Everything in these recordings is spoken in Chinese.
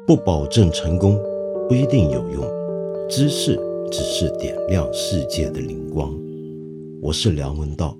不保证成功，不一定有用。知识只是点亮世界的灵光。我是梁文道。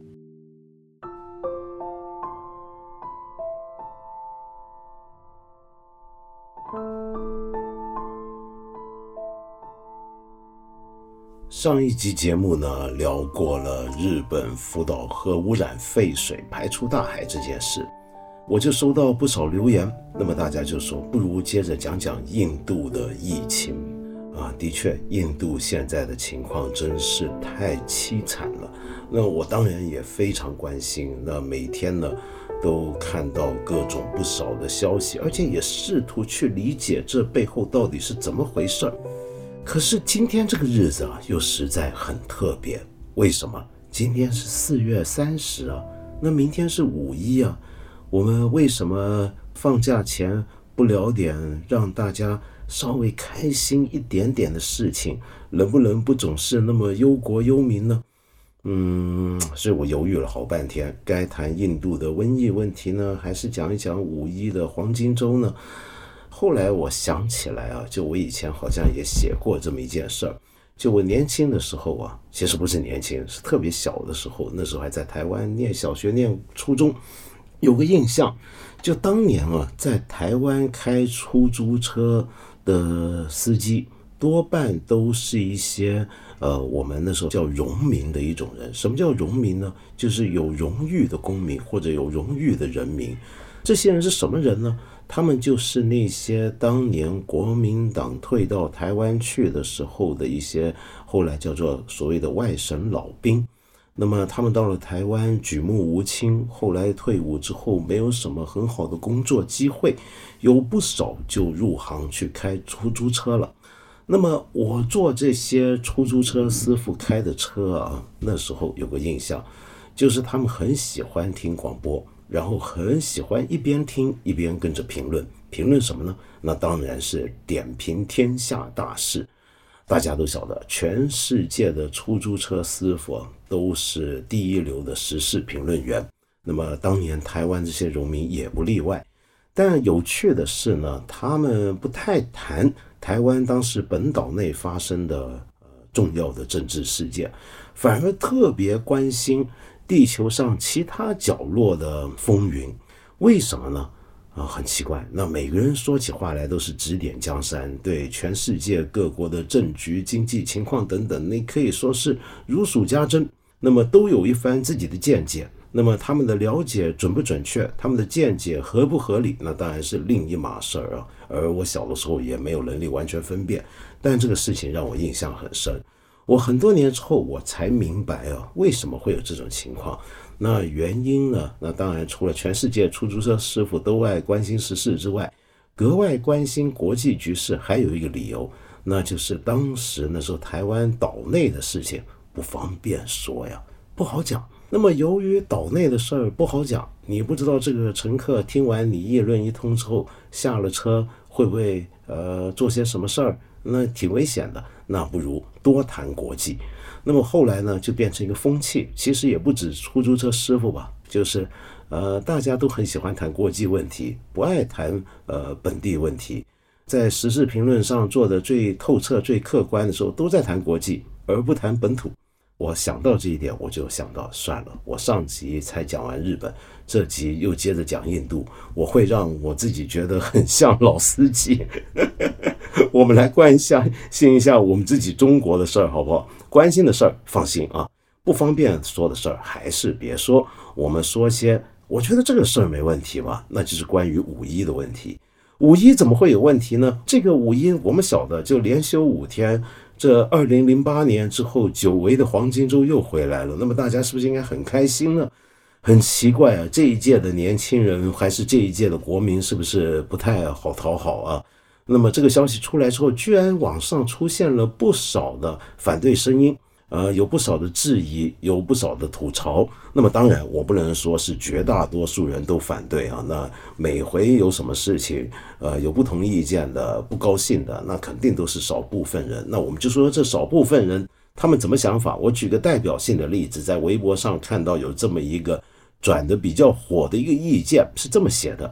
上一集节目呢，聊过了日本福岛核污染废水排出大海这件事，我就收到不少留言，那么大家就说不如接着讲讲印度的疫情啊。的确，印度现在的情况真是太凄惨了，那我当然也非常关心，那每天呢都看到各种不少的消息，而且也试图去理解这背后到底是怎么回事。可是今天这个日子啊，又实在很特别。为什么？今天是4月30啊，那明天是5·1啊。我们为什么放假前不聊点让大家稍微开心一点点的事情？能不能不总是那么忧国忧民呢？所以我犹豫了好半天，该谈印度的瘟疫问题呢，还是讲一讲5·1的黄金周呢？后来我想起来啊，就我以前好像也写过这么一件事儿。就我年轻的时候啊，其实不是年轻，是特别小的时候，那时候还在台湾念小学念初中，有个印象，就当年啊，在台湾开出租车的司机多半都是一些我们那时候叫荣民的一种人。什么叫荣民呢？就是有荣誉的公民或者有荣誉的人民。这些人是什么人呢？他们就是那些当年国民党退到台湾去的时候的一些后来叫做所谓的外省老兵。那么他们到了台湾举目无亲，后来退伍之后没有什么很好的工作机会，有不少就入行去开出租车了。那么我做这些出租车师傅开的车啊，那时候有个印象，就是他们很喜欢听广播，然后很喜欢一边听一边跟着评论。评论什么呢？那当然是点评天下大事。大家都晓得，全世界的出租车师傅都是第一流的时事评论员，那么当年台湾这些荣民也不例外。但有趣的是呢，他们不太谈台湾当时本岛内发生的重要的政治事件，反而特别关心地球上其他角落的风云。为什么呢？很奇怪，那每个人说起话来都是指点江山，对全世界各国的政局、经济情况等等，那可以说是如数家珍，那么都有一番自己的见解。那么他们的了解准不准确，他们的见解合不合理，那当然是另一码事啊。而我小的时候也没有能力完全分辨，但这个事情让我印象很深。我很多年之后我才明白啊，为什么会有这种情况。那原因呢？那当然除了全世界出租车师傅都爱关心时事之外，格外关心国际局势还有一个理由，那就是当时那时候台湾岛内的事情不方便说呀，不好讲。那么由于岛内的事儿不好讲，你不知道这个乘客听完你议论一通之后下了车会不会做些什么事儿，那挺危险的。那不如多谈国际。那么后来呢，就变成一个风气，其实也不止出租车师傅吧，就是大家都很喜欢谈国际问题，不爱谈本地问题。在时事评论上做的最透彻、最客观的时候，都在谈国际，而不谈本土。我想到这一点，我就想到算了，我上集才讲完日本，这集又接着讲印度，我会让我自己觉得很像老司机。我们来关心一下我们自己中国的事儿好不好？关心的事儿放心啊，不方便说的事儿还是别说。我们说些我觉得这个事儿没问题吧，那就是关于5·1的问题。5·1怎么会有问题呢？这个5·1我们晓得就连休5天，这2008年之后久违的黄金周又回来了，那么大家是不是应该很开心呢？很奇怪啊，这一届的年轻人还是这一届的国民是不是不太好讨好啊？那么这个消息出来之后，居然网上出现了不少的反对声音，有不少的质疑，有不少的吐槽。那么当然我不能说是绝大多数人都反对啊，那每回有什么事情有不同意见的、不高兴的，那肯定都是少部分人。那我们就说这少部分人他们怎么想法。我举个代表性的例子，在微博上看到有这么一个转的比较火的一个意见，是这么写的：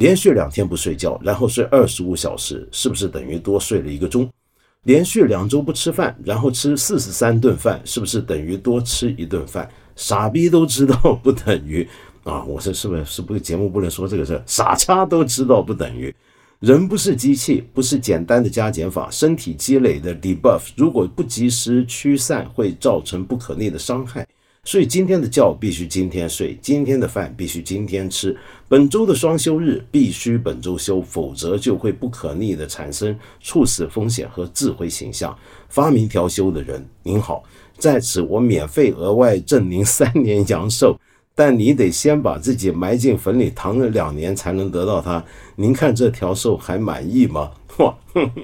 连续2天不睡觉，然后睡25小时，是不是等于多睡了1个钟？连续2周不吃饭，然后吃43顿饭，是不是等于多吃1顿饭？傻逼都知道不等于啊！我是不是节目不能说这个事？傻叉都知道不等于。人不是机器，不是简单的加减法，身体积累的 debuff 如果不及时驱散，会造成不可逆的伤害。所以今天的觉必须今天睡，今天的饭必须今天吃，本周的双休日必须本周休，否则就会不可逆的产生猝死风险和自毁形象。发明调休的人，您好，在此我免费额外赠您3年阳寿，但你得先把自己埋进坟里躺了2年才能得到它。您看这调寿还满意吗？哇！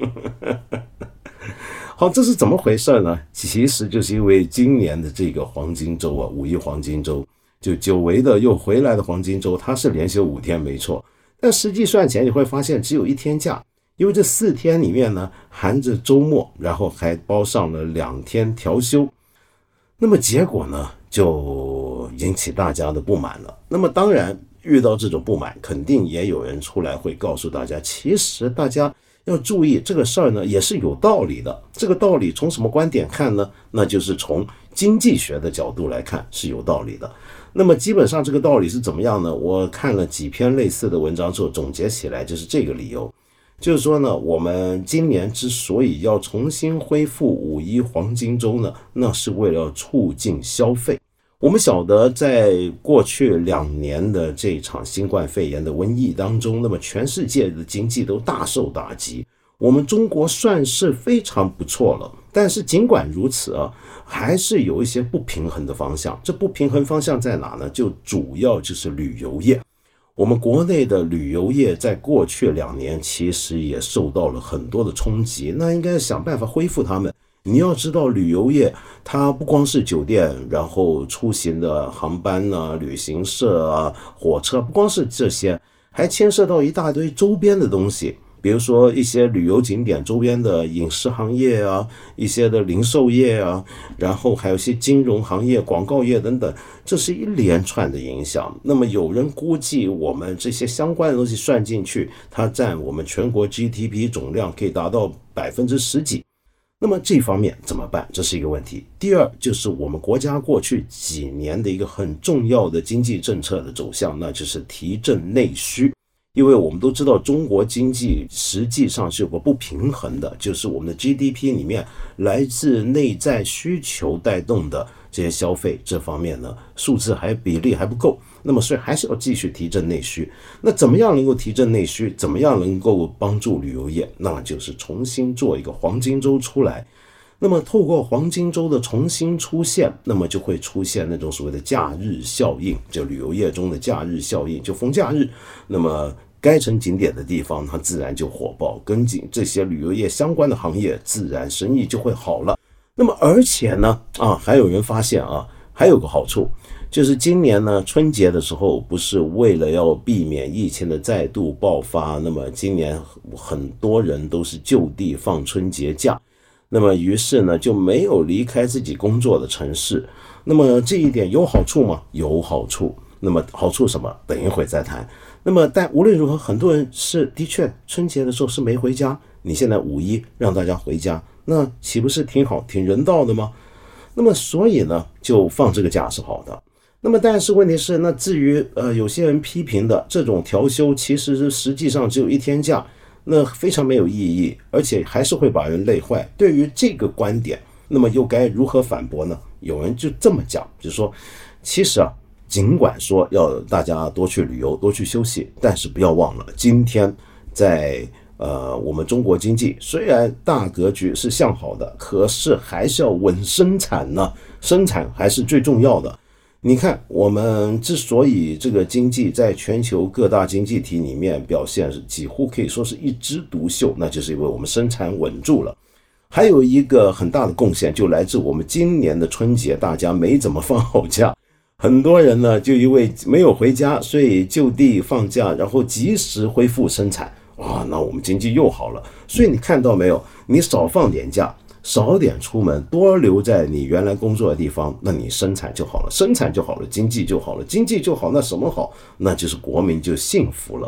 好，这是怎么回事呢？其实就是因为今年的这个黄金周啊，5一黄金周，就久违的又回来的黄金周，它是连休5天没错，但实际算起来你会发现只有1天假，因为这4天里面呢含着周末，然后还包上了2天调休，那么结果呢就引起大家的不满了。那么当然遇到这种不满，肯定也有人出来会告诉大家，其实大家要注意这个事儿呢，也是有道理的。这个道理从什么观点看呢？那就是从经济学的角度来看是有道理的。那么基本上这个道理是怎么样呢？我看了几篇类似的文章之后，总结起来就是这个理由，就是说呢，我们今年之所以要重新恢复5一黄金周呢，那是为了促进消费。我们晓得在过去2年的这场新冠肺炎的瘟疫当中，那么全世界的经济都大受打击，我们中国算是非常不错了，但是尽管如此啊，还是有一些不平衡的方向。这不平衡方向在哪呢？就主要就是旅游业。我们国内的旅游业在过去2年其实也受到了很多的冲击，那应该想办法恢复它们。你要知道，旅游业它不光是酒店，然后出行的航班啊、旅行社啊、火车，不光是这些，还牵涉到一大堆周边的东西，比如说一些旅游景点周边的饮食行业啊，一些的零售业啊，然后还有一些金融行业、广告业等等，这是一连串的影响。那么有人估计，我们这些相关的东西算进去，它占我们全国 GDP 总量可以达到10%几。那么这方面怎么办？这是一个问题。第二，就是我们国家过去几年的一个很重要的经济政策的走向，那就是提振内需。因为我们都知道，中国经济实际上是有个不平衡的，就是我们的 GDP 里面来自内在需求带动的这些消费这方面呢，数字比例还不够。那么所以还是要继续提振内需。那怎么样能够提振内需？怎么样能够帮助旅游业？那就是重新做一个黄金周出来。那么透过黄金周的重新出现，那么就会出现那种所谓的假日效应，就旅游业中的假日效应，就逢假日，那么该成景点的地方它自然就火爆，跟这些旅游业相关的行业自然生意就会好了。那么而且呢还有人发现还有个好处，就是今年呢春节的时候，不是为了要避免疫情的再度爆发，那么今年很多人都是就地放春节假，那么于是呢就没有离开自己工作的城市。那么这一点有好处吗？有好处。那么好处什么？等一会再谈。那么但无论如何，很多人是的确春节的时候是没回家，你现在5一让大家回家，那岂不是挺好挺人道的吗？那么所以呢就放这个假是好的。那么但是问题是，那至于有些人批评的这种调休，其实实际上只有1天假，那非常没有意义，而且还是会把人累坏。对于这个观点，那么又该如何反驳呢？有人就这么讲，就是说其实尽管说要大家多去旅游多去休息，但是不要忘了，今天在我们中国经济虽然大格局是向好的，可是还是要稳生产呢，生产还是最重要的。你看我们之所以这个经济在全球各大经济体里面表现是几乎可以说是一枝独秀，那就是因为我们生产稳住了。还有一个很大的贡献就来自我们今年的春节大家没怎么放好假，很多人呢就因为没有回家，所以就地放假，然后及时恢复生产，那我们经济又好了。所以你看到没有，你少放点假，少点出门，多留在你原来工作的地方，那你生产就好了，生产就好了，经济就好了，经济就好，那什么好？那就是国民就幸福了。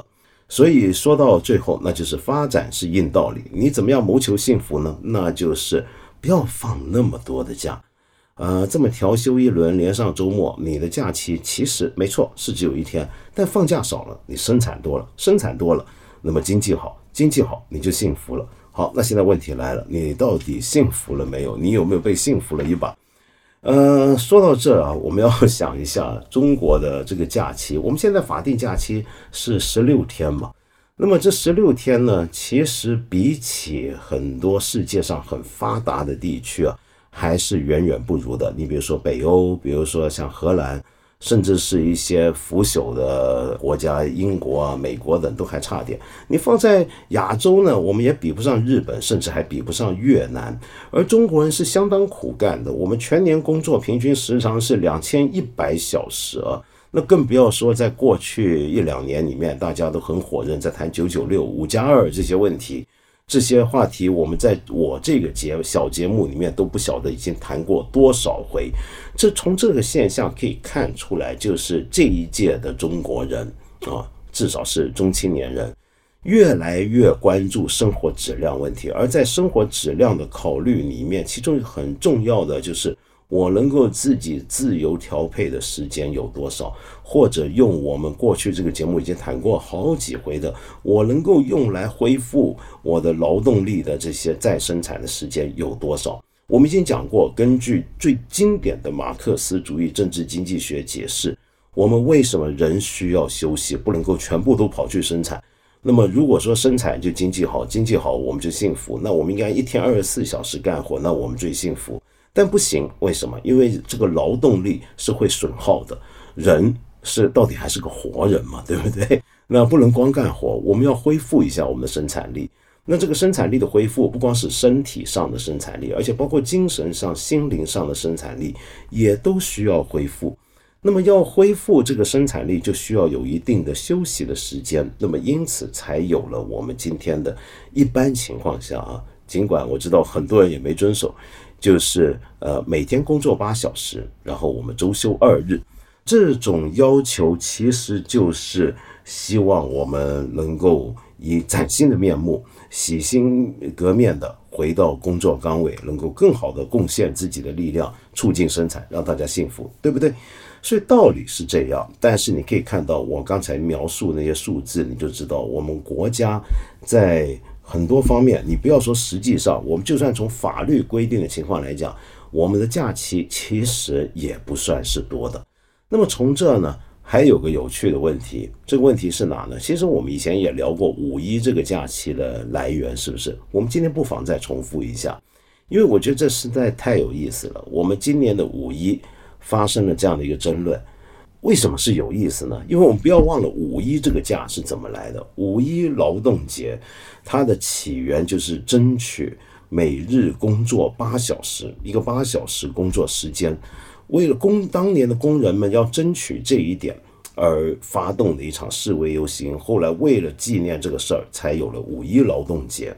所以说到最后，那就是发展是硬道理。你怎么样谋求幸福呢？那就是不要放那么多的假。这么调休一轮，连上周末，你的假期其实没错是只有一天，但放假少了，你生产多了，那么经济好，你就幸福了。好，那现在问题来了，你到底幸福了没有？你有没有被幸福了一把？说到这啊，我们要想一下中国的这个假期，我们现在法定假期是16天嘛。那么这16天呢，其实比起很多世界上很发达的地区啊，还是远远不如的。你比如说北欧，比如说像荷兰，甚至是一些腐朽的国家，英国啊、美国等都还差点。你放在亚洲呢，我们也比不上日本，甚至还比不上越南。而中国人是相当苦干的，我们全年工作平均时长是2100小时啊。那更不要说在过去1-2年里面，大家都很火热在谈996、5+2这些问题。这些话题我们在我这个小节目里面都不晓得已经谈过多少回。从这个现象可以看出来，就是这一届的中国人啊，至少是中青年人，越来越关注生活质量问题。而在生活质量的考虑里面，其中很重要的就是我能够自己自由调配的时间有多少，或者用我们过去这个节目已经谈过好几回的，我能够用来恢复我的劳动力的这些再生产的时间有多少。我们已经讲过，根据最经典的马克思主义政治经济学解释，我们为什么人需要休息，不能够全部都跑去生产。那么如果说生产就经济好，经济好我们就幸福，那我们应该一天24小时干活，那我们最幸福。但不行，为什么？因为这个劳动力是会损耗的，人是到底还是个活人嘛，对不对？那不能光干活，我们要恢复一下我们的生产力。那这个生产力的恢复，不光是身体上的生产力，而且包括精神上、心灵上的生产力也都需要恢复。那么要恢复这个生产力，就需要有一定的休息的时间。那么因此才有了我们今天的一般情况下啊，尽管我知道很多人也没遵守，就是每天工作8小时，然后我们周休2日。这种要求其实就是希望我们能够以崭新的面目，洗心革面的回到工作岗位，能够更好的贡献自己的力量，促进生产，让大家幸福，对不对？所以道理是这样，但是你可以看到我刚才描述那些数字，你就知道我们国家在很多方面，你不要说实际上，我们就算从法律规定的情况来讲，我们的假期其实也不算是多的。那么从这呢，还有个有趣的问题，这个问题是哪呢？其实我们以前也聊过5·1这个假期的来源，是不是？我们今天不妨再重复一下，因为我觉得这实在太有意思了。我们今年的5·1发生了这样的一个争论，为什么是有意思呢？因为我们不要忘了5·1这个假是怎么来的。5·1劳动节它的起源就是争取每日工作8小时，一个8小时工作时间，为了当年的工人们要争取这一点而发动的一场示威游行，后来为了纪念这个事儿，才有了5·1劳动节。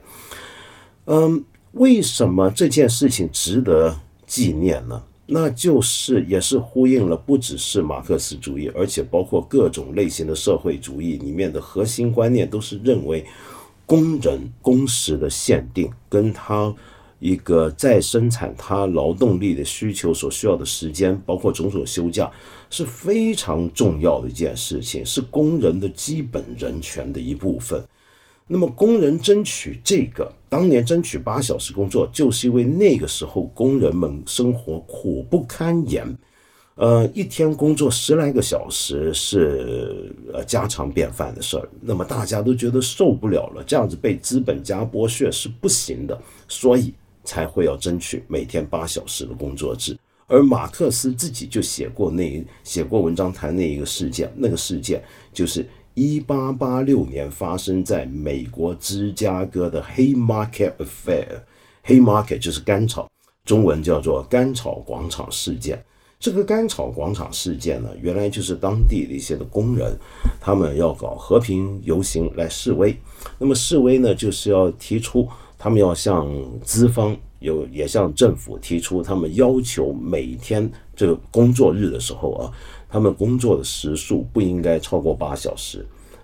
为什么这件事情值得纪念呢？那就是也是呼应了不只是马克思主义，而且包括各种类型的社会主义里面的核心观念，都是认为工人工时的限定跟他一个在生产他劳动力的需求所需要的时间，包括种种休假，是非常重要的一件事情，是工人的基本人权的一部分。那么工人争取这个，当年争取8小时工作，就是因为那个时候工人们生活苦不堪言，一天工作10来个小时是家常便饭的事儿，那么大家都觉得受不了了，这样子被资本家剥削是不行的，所以才会要争取每天8小时的工作制。而马克思自己就写过文章谈那一个事件，那个事件就是1886年发生在美国芝加哥的 Haymarket Affair， Haymarket 就是甘草，中文叫做甘草广场事件。这个甘草广场事件呢，原来就是当地的一些的工人，他们要搞和平游行来示威。那么示威呢，就是要提出他们要向资方也向政府提出，他们要求每天这个工作日的时候啊，他们工作的时数不应该超过8小时。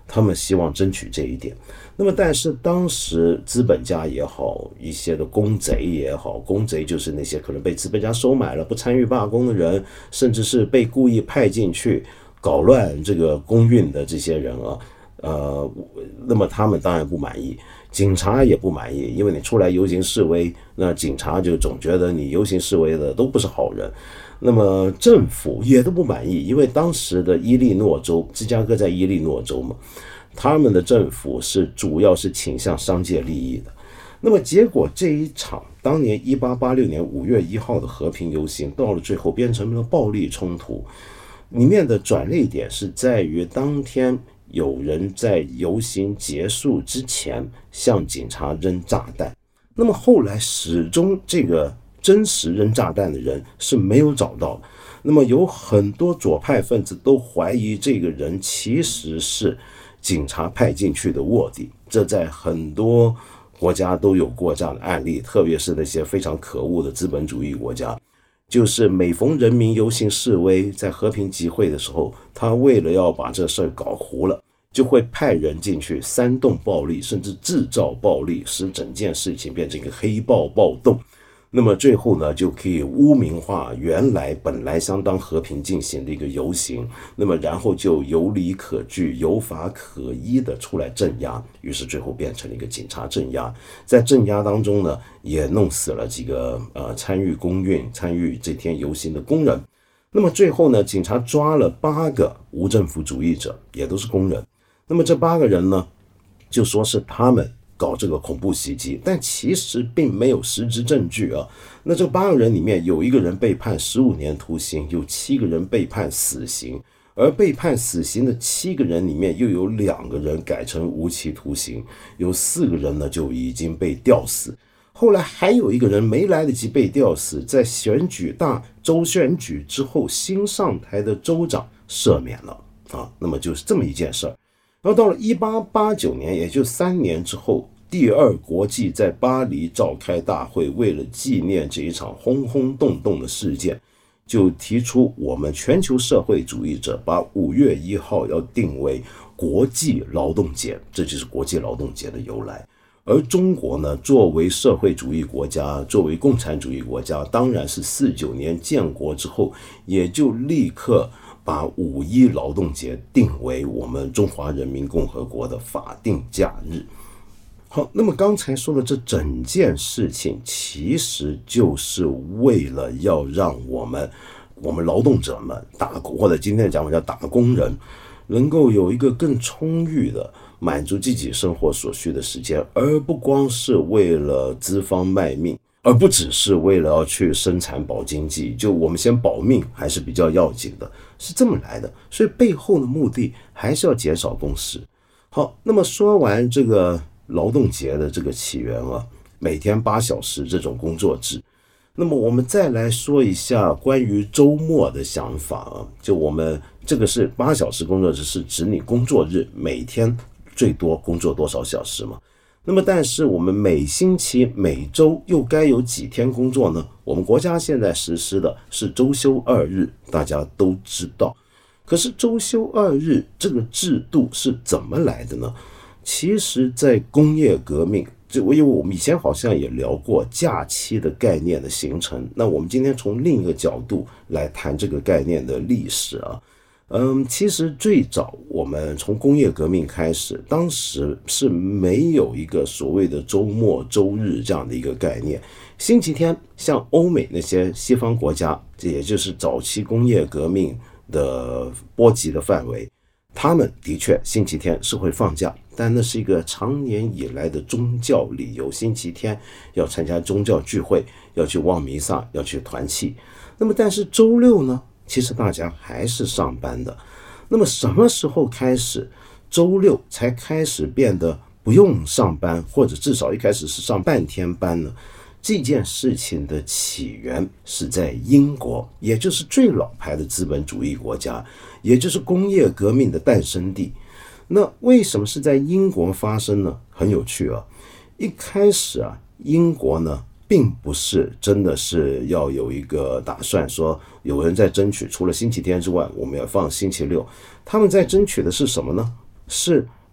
他们希望争取这一点。那么但是当时资本家也好，一些的公贼也好，公贼就是那些可能被资本家收买了不参与罢工的人，甚至是被故意派进去搞乱这个工运的这些人啊，那么他们当然不满意，警察也不满意，因为你出来游行示威，那警察就总觉得你游行示威的都不是好人。那么政府也都不满意，因为当时的伊利诺州，芝加哥在伊利诺州嘛，他们的政府主要是倾向商界利益的。那么结果这一场当年1886年5月1号的和平游行，到了最后变成了暴力冲突。里面的转捩点是在于当天有人在游行结束之前向警察扔炸弹，那么后来始终这个真实扔炸弹的人是没有找到。那么有很多左派分子都怀疑这个人其实是警察派进去的卧底，这在很多国家都有过这样的案例，特别是那些非常可恶的资本主义国家，就是每逢人民游行示威，在和平集会的时候，他为了要把这事儿搞糊了，就会派人进去煽动暴力，甚至制造暴力，使整件事情变成一个黑暴暴动。那么最后呢，就可以污名化本来相当和平进行的一个游行，那么然后就有理可据、有法可依的出来镇压，于是最后变成了一个警察镇压。在镇压当中呢，也弄死了几个参与工运、参与这天游行的工人。那么最后呢，警察抓了8个无政府主义者，也都是工人。那么这8个人呢，就说是他们搞这个恐怖袭击，但其实并没有实质证据啊。那这8个人里面有1个人被判15年徒刑，有7个人被判死刑，而被判死刑的7个人里面又有2个人改成无期徒刑，有4个人呢就已经被吊死。后来还有1个人没来得及被吊死，在州选举之后，新上台的州长赦免了啊。那么就是这么一件事儿。然后到了1889年，也就3年之后，第2国际在巴黎召开大会，为了纪念这一场轰轰动动的事件，就提出我们全球社会主义者把5月1号要定为国际劳动节，这就是国际劳动节的由来。而中国呢，作为社会主义国家，作为共产主义国家，当然是49年建国之后，也就立刻把5·1劳动节定为我们中华人民共和国的法定假日。好，那么刚才说的这整件事情，其实就是为了要让我们劳动者们或者今天的讲法叫打工人，能够有一个更充裕的满足自己生活所需的时间，而不光是为了资方卖命，而不只是为了要去生产保经济，就我们先保命还是比较要紧的，是这么来的。所以背后的目的还是要减少工时。好，那么说完这个劳动节的这个起源啊，每天8小时这种工作制，那么我们再来说一下关于周末的想法啊。就我们这个是8小时工作制，是指你工作日每天最多工作多少小时嘛？那么但是我们每星期每周又该有几天工作呢？我们国家现在实施的是周休2日，大家都知道。可是周休2日这个制度是怎么来的呢？其实在工业革命，因为我们以前好像也聊过假期的概念的形成，那我们今天从另一个角度来谈这个概念的历史啊。其实最早我们从工业革命开始，当时是没有一个所谓的周末周日这样的一个概念。星期天像欧美那些西方国家，这也就是早期工业革命的波及的范围，他们的确星期天是会放假，但那是一个长年以来的宗教理由，星期天要参加宗教聚会，要去望弥撒，要去团契。那么但是周六呢，其实大家还是上班的。那么什么时候开始周六才开始变得不用上班，或者至少一开始是上半天班呢？这件事情的起源是在英国，也就是最老牌的资本主义国家，也就是工业革命的诞生地。那为什么是在英国发生呢？很有趣啊。一开始啊，英国呢并不是真的是要有一个打算说有人在争取除了星期天之外我们要放星期六，他们在争取的是什么呢？是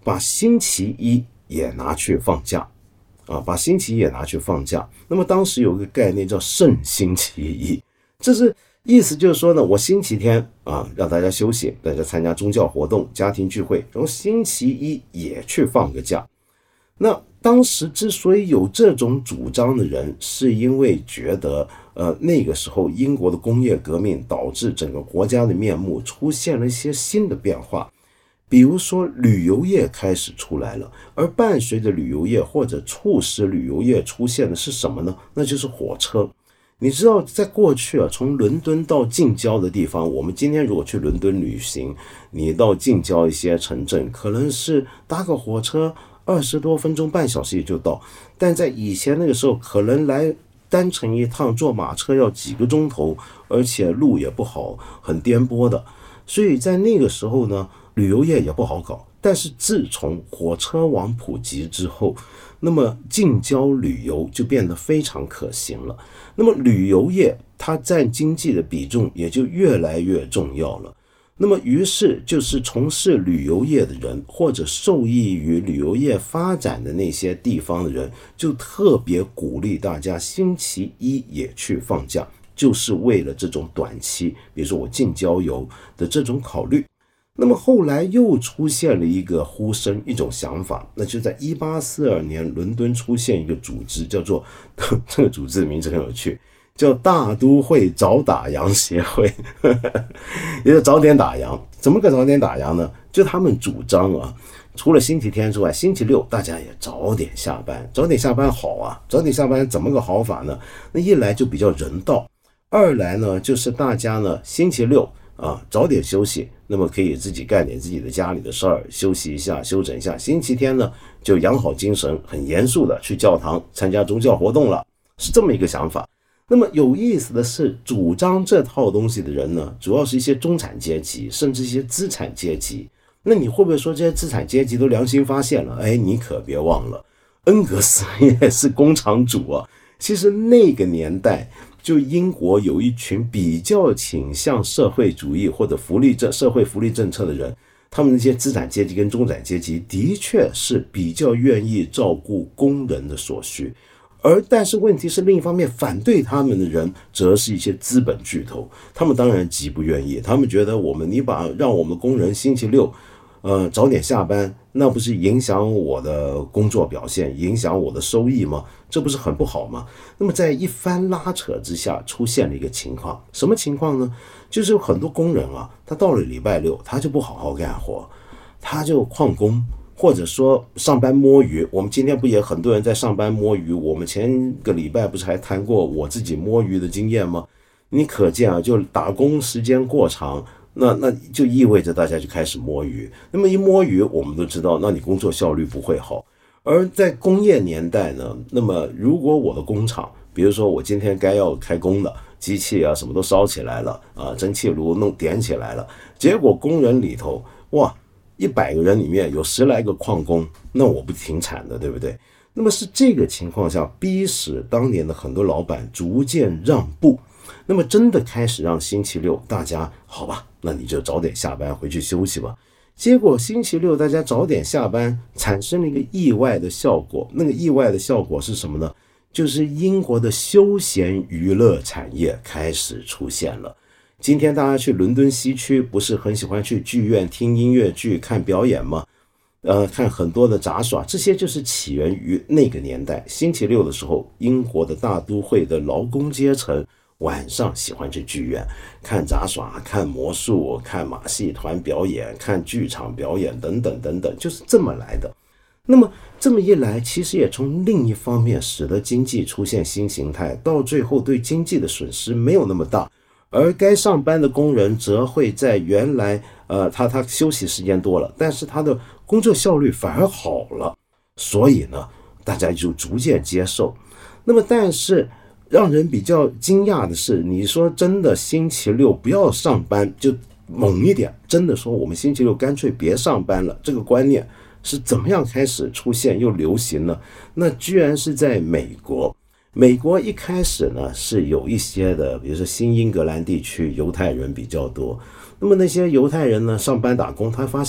把星期一也拿去放假把星期一也拿去放假。那么当时有一个概念叫圣星期一，这是意思就是说呢，我星期天让大家休息，大家参加宗教活动、家庭聚会，然后星期一也去放个假。那当时之所以有这种主张的人，是因为觉得那个时候英国的工业革命导致整个国家的面目出现了一些新的变化，比如说旅游业开始出来了，而伴随着旅游业或者促使旅游业出现的是什么呢？那就是火车。你知道在过去从伦敦到近郊的地方，我们今天如果去伦敦旅行，你到近郊一些城镇，可能是搭个火车20多分钟半小时也就到，但在以前那个时候，可能来单程一趟坐马车要几个钟头，而且路也不好，很颠簸的。所以在那个时候呢，旅游业也不好搞。但是自从火车网普及之后，那么近郊旅游就变得非常可行了。那么旅游业它占经济的比重也就越来越重要了。那么于是就是从事旅游业的人，或者受益于旅游业发展的那些地方的人，就特别鼓励大家星期一也去放假，就是为了这种短期，比如说我近郊游的这种考虑。那么后来又出现了一个呼声，一种想法，那就在1842年伦敦出现一个组织，叫做这个组织的名字很有趣，叫大都会早打烊协会也就早点打烊。怎么个早点打烊呢？就他们主张除了星期天之外，星期六大家也早点下班。早点下班好早点下班怎么个好法呢？那一来就比较人道，二来呢就是大家呢星期六早点休息，那么可以自己干点自己的家里的事儿，休息一下，休整一下。星期天呢就养好精神，很严肃的去教堂参加宗教活动了，是这么一个想法。那么有意思的是，主张这套东西的人呢，主要是一些中产阶级，甚至一些资产阶级。那你会不会说这些资产阶级都良心发现了？你可别忘了，恩格斯也是工厂主其实那个年代，就英国有一群比较倾向社会主义或者社会福利政策的人，他们那些资产阶级跟中产阶级的确是比较愿意照顾工人的所需。但是问题是，另一方面反对他们的人则是一些资本巨头，他们当然极不愿意，他们觉得让我们的工人星期六早点下班，那不是影响我的工作表现，影响我的收益吗？这不是很不好吗？那么在一番拉扯之下，出现了一个情况，什么情况呢？就是有很多工人他到了礼拜六，他就不好好干活，他就旷工，或者说上班摸鱼。我们今天不也很多人在上班摸鱼？我们前个礼拜不是还谈过我自己摸鱼的经验吗？你可见就打工时间过长，那就意味着大家就开始摸鱼。那么一摸鱼，我们都知道，那你工作效率不会好。而在工业年代呢，那么如果我的工厂，比如说我今天该要开工的机器什么都烧起来了蒸汽炉点起来了，结果工人里头100个人里面有10来个旷工，那我不停产的，对不对？那么是这个情况下逼使当年的很多老板逐渐让步，那么真的开始让星期六大家好吧，那你就早点下班回去休息吧。结果星期六大家早点下班，产生了一个意外的效果。那个意外的效果是什么呢？就是英国的休闲娱乐产业开始出现了。今天大家去伦敦西区，不是很喜欢去剧院听音乐剧、看表演吗？看很多的杂耍，这些就是起源于那个年代。星期六的时候，英国的大都会的劳工阶层晚上喜欢去剧院看杂耍、看魔术、看马戏团表演、看剧场表演等等等等，就是这么来的。那么这么一来，其实也从另一方面使得经济出现新形态，到最后对经济的损失没有那么大，而该上班的工人则会在原来他休息时间多了，但是他的工作效率反而好了，所以呢大家就逐渐接受。那么但是让人比较惊讶的是，你说真的星期六不要上班，就猛一点，真的说我们星期六干脆别上班了，这个观念是怎么样开始出现又流行呢？那居然是在美国。美国一开始呢是有一些的，比如说新英格兰地区犹太人比较多，那么那些犹太人呢上班打工，他发现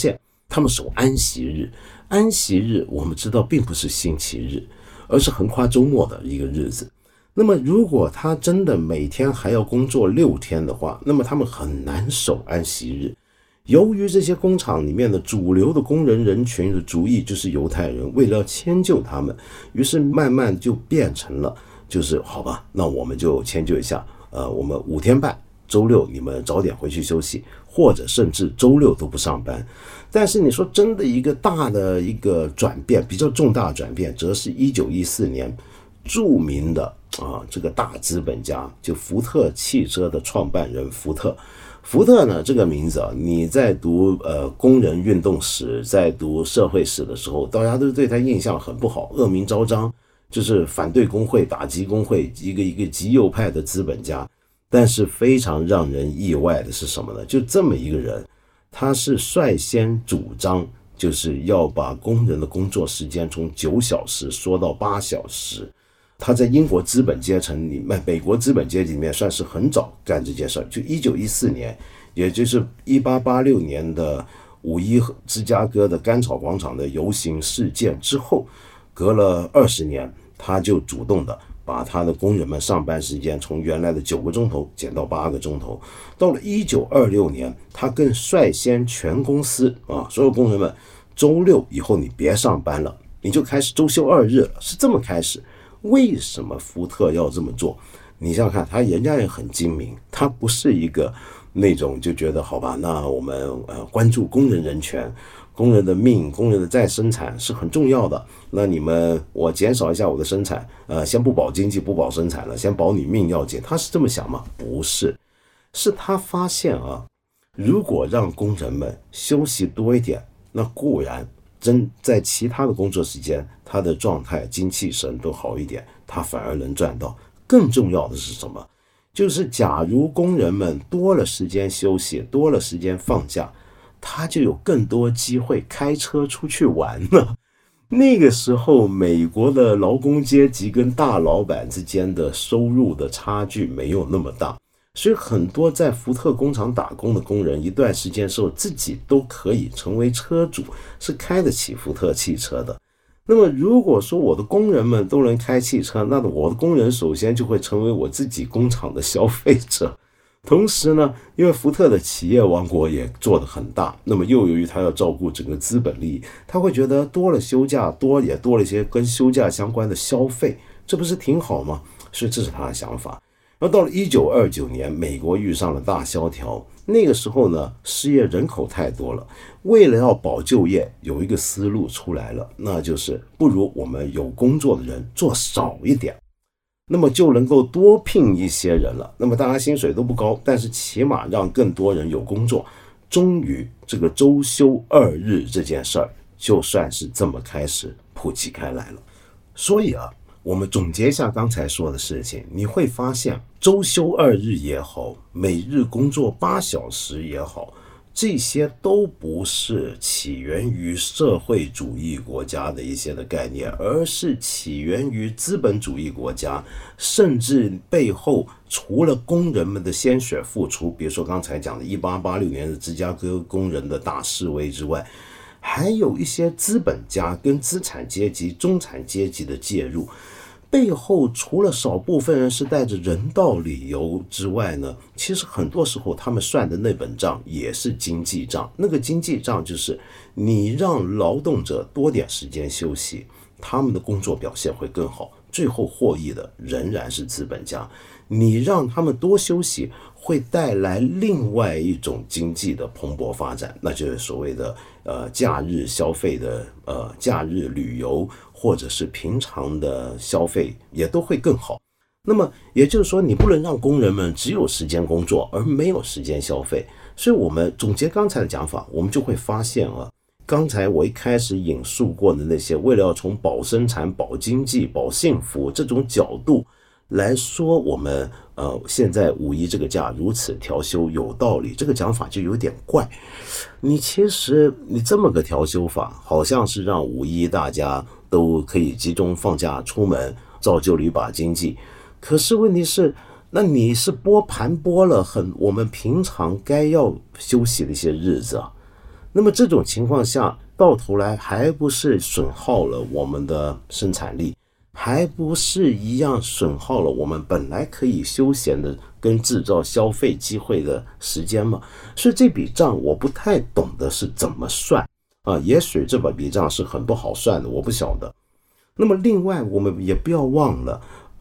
他们守安息日。安息日我们知道并不是星期日，而是横跨周末的一个日子。那么如果他真的每天还要工作6天的话，那么他们很难守安息日。由于这些工厂里面的主流的工人人群的主意就是犹太人，为了迁就他们，于是慢慢就变成了就是好吧，那我们就迁就一下，我们5天半，周六你们早点回去休息，或者甚至周六都不上班。但是你说真的一个大的一个转变，比较重大的转变，则是1914年著名的这个大资本家，就福特汽车的创办人福特。福特呢这个名字你在读工人运动史，在读社会史的时候，大家都对他印象很不好，恶名昭彰，就是反对工会，打击工会，一个极右派的资本家。但是非常让人意外的是什么呢？就这么一个人，他是率先主张就是要把工人的工作时间从9小时缩到8小时。他在英国资本阶层里面，美国资本阶级里面算是很早干这件事。就1914年，也就是1886年的5·1芝加哥的甘草广场的游行事件之后，隔了20年，他就主动的把他的工人们上班时间从原来的9个钟头减到8个钟头。到了1926年，他更率先全公司所有工人们周六以后你别上班了，你就开始周休2日了，是这么开始。为什么福特要这么做？你想想看，人家也很精明，他不是一个那种就觉得好吧，那我们关注工人人权，工人的命，工人的再生产是很重要的。那你们我减少一下我的生产，先不保经济不保生产了，先保你命要紧。他是这么想吗？不是，是他发现如果让工人们休息多一点，那固然在其他的工作时间他的状态精气神都好一点，他反而能赚到。更重要的是什么？就是假如工人们多了时间休息，多了时间放假，他就有更多机会开车出去玩了。那个时候美国的劳工阶级跟大老板之间的收入的差距没有那么大，所以很多在福特工厂打工的工人一段时间之后自己都可以成为车主，是开得起福特汽车的。那么如果说我的工人们都能开汽车，那我的工人首先就会成为我自己工厂的消费者。同时呢，因为福特的企业王国也做得很大，那么又由于他要照顾整个资本利益，他会觉得多了休假，也多了一些跟休假相关的消费，这不是挺好吗？所以这是他的想法。然后到了1929年，美国遇上了大萧条，那个时候呢，失业人口太多了，为了要保就业，有一个思路出来了，那就是不如我们有工作的人做少一点，那么就能够多聘一些人了。那么大家薪水都不高，但是起码让更多人有工作。终于这个周休2日这件事儿就算是这么开始普及开来了。所以我们总结一下刚才说的事情，你会发现周休2日也好，每日工作8小时也好，这些都不是起源于社会主义国家的一些的概念，而是起源于资本主义国家，甚至背后除了工人们的鲜血付出，比如说刚才讲的1886年的芝加哥工人的大示威之外，还有一些资本家跟资产阶级、中产阶级的介入，背后除了少部分人是带着人道理由之外呢，其实很多时候他们算的那本账也是经济账。那个经济账就是你让劳动者多点时间休息，他们的工作表现会更好，最后获益的仍然是资本家。你让他们多休息，会带来另外一种经济的蓬勃发展，那就是所谓的假日消费的假日旅游，或者是平常的消费也都会更好。那么也就是说，你不能让工人们只有时间工作而没有时间消费。所以我们总结刚才的讲法，我们就会发现刚才我一开始引述过的那些为了要从保生产、保经济、保幸福这种角度来说，我们现在5·1这个假如此调休有道理，这个讲法就有点怪。其实你这么个调休法，好像是让5·1大家都可以集中放假出门，造就了一把经济。可是问题是，那你是盘剥了我们平常该要休息的一些日子啊。 那么这种情况下，到头来还不是损耗了我们的生产力，还不是一样损耗了我们本来可以休闲的跟制造消费机会的时间吗？所以这笔账我不太懂的是怎么算啊，也许这笔账是很不好算的，我不晓得。那么另外我们也不要忘了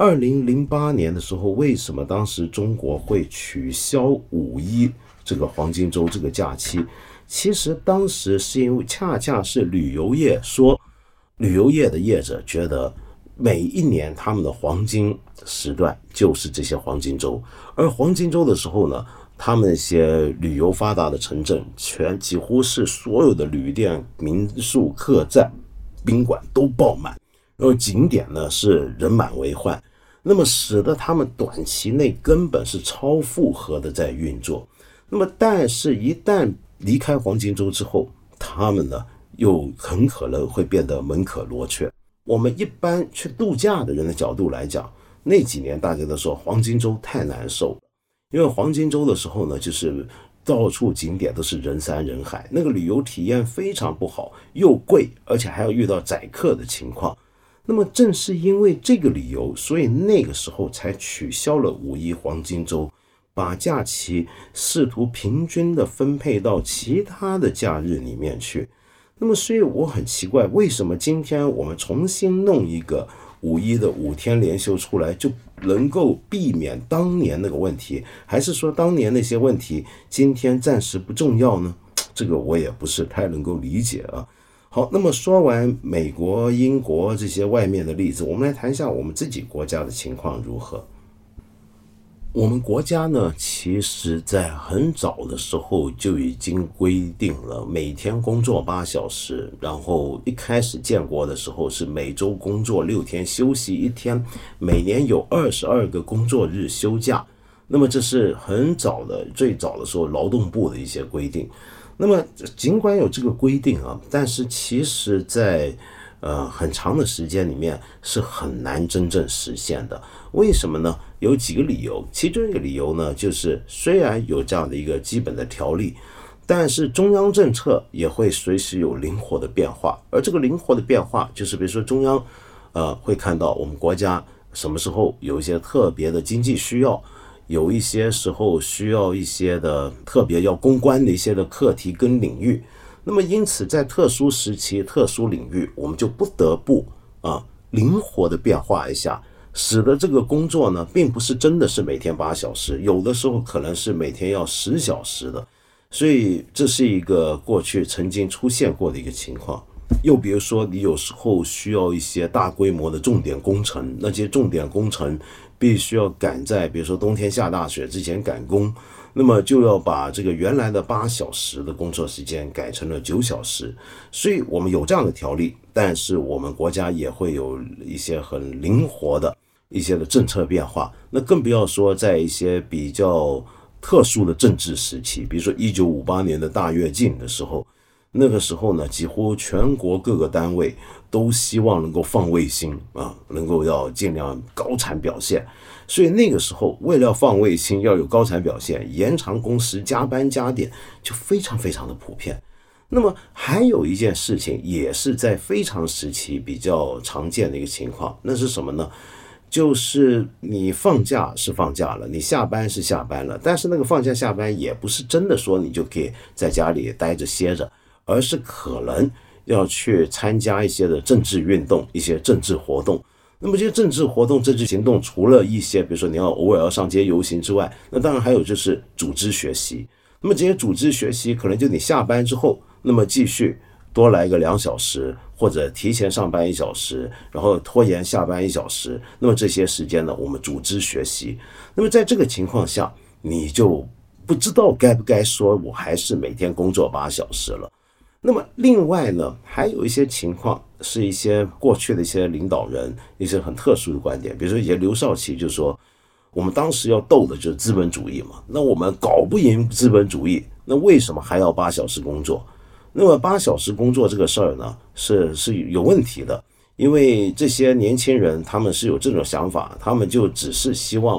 2008年的时候，为什么当时中国会取消5·1这个黄金周这个假期？其实当时是因为恰恰是旅游业说，旅游业的业者觉得每一年他们的黄金时段就是这些黄金周，而黄金周的时候呢，他们一些旅游发达的城镇几乎是所有的旅店、民宿、客栈、宾馆都爆满，然后景点呢是人满为患，那么使得他们短期内根本是超负荷的在运作。那么但是一旦离开黄金周之后，他们呢又很可能会变得门可罗雀。我们一般去度假的人的角度来讲，那几年大家都说黄金周太难受了，因为黄金周的时候呢，就是到处景点都是人山人海，那个旅游体验非常不好，又贵，而且还要遇到宰客的情况。那么正是因为这个理由，所以那个时候才取消了5·1黄金周，把假期试图平均的分配到其他的假日里面去。那么所以我很奇怪，为什么今天我们重新弄一个5·1的5天连休出来，就能够避免当年那个问题？还是说当年那些问题今天暂时不重要呢？这个我也不是太能够理解啊。好，那么说完美国、英国这些外面的例子，我们来谈一下我们自己国家的情况如何。我们国家呢，其实在很早的时候就已经规定了每天工作8小时，然后一开始建国的时候是每周工作6天，休息1天，每年有22个工作日休假。那么这是很早的，最早的时候劳动部的一些规定。那么尽管有这个规定啊，但是其实在很长的时间里面是很难真正实现的。为什么呢？有几个理由，其中一个理由呢，就是虽然有这样的一个基本的条例，但是中央政策也会随时有灵活的变化，而这个灵活的变化就是比如说中央会看到我们国家什么时候有一些特别的经济需要，有一些时候需要一些的特别要攻关的一些的课题跟领域，那么因此在特殊时期、特殊领域，我们就不得不灵活的变化一下，使得这个工作呢，并不是真的是每天8小时，有的时候可能是每天要10小时的，所以这是一个过去曾经出现过的一个情况。又比如说，你有时候需要一些大规模的重点工程，那些重点工程必须要赶在比如说冬天下大雪之前赶工，那么就要把这个原来的8小时的工作时间改成了9小时。所以我们有这样的条例，但是我们国家也会有一些很灵活的一些的政策变化。那更不要说在一些比较特殊的政治时期，比如说1958年的大跃进的时候，那个时候呢，几乎全国各个单位都希望能够放卫星能够要尽量高产表现。所以那个时候为了放卫星要有高产表现，延长工时、加班加点就非常非常的普遍。那么还有一件事情也是在非常时期比较常见的一个情况，那是什么呢？就是你放假是放假了，你下班是下班了，但是那个放假下班也不是真的说你就可以在家里待着歇着，而是可能要去参加一些的政治运动、一些政治活动。那么这些政治活动、政治行动，除了一些比如说你要偶尔要上街游行之外，那当然还有就是组织学习。那么这些组织学习可能就你下班之后，那么继续多来个2小时，或者提前上班1小时，然后拖延下班1小时。那么这些时间呢，我们组织学习。那么在这个情况下，你就不知道该不该说我还是每天工作8小时了。那么另外呢，还有一些情况是一些过去的一些领导人一些很特殊的观点，比如说以前刘少奇就说，我们当时要斗的就是资本主义嘛，那我们搞不赢资本主义，那为什么还要8小时工作？那么8小时工作这个事儿呢，是有问题的，因为这些年轻人他们是有这种想法，他们就只是希望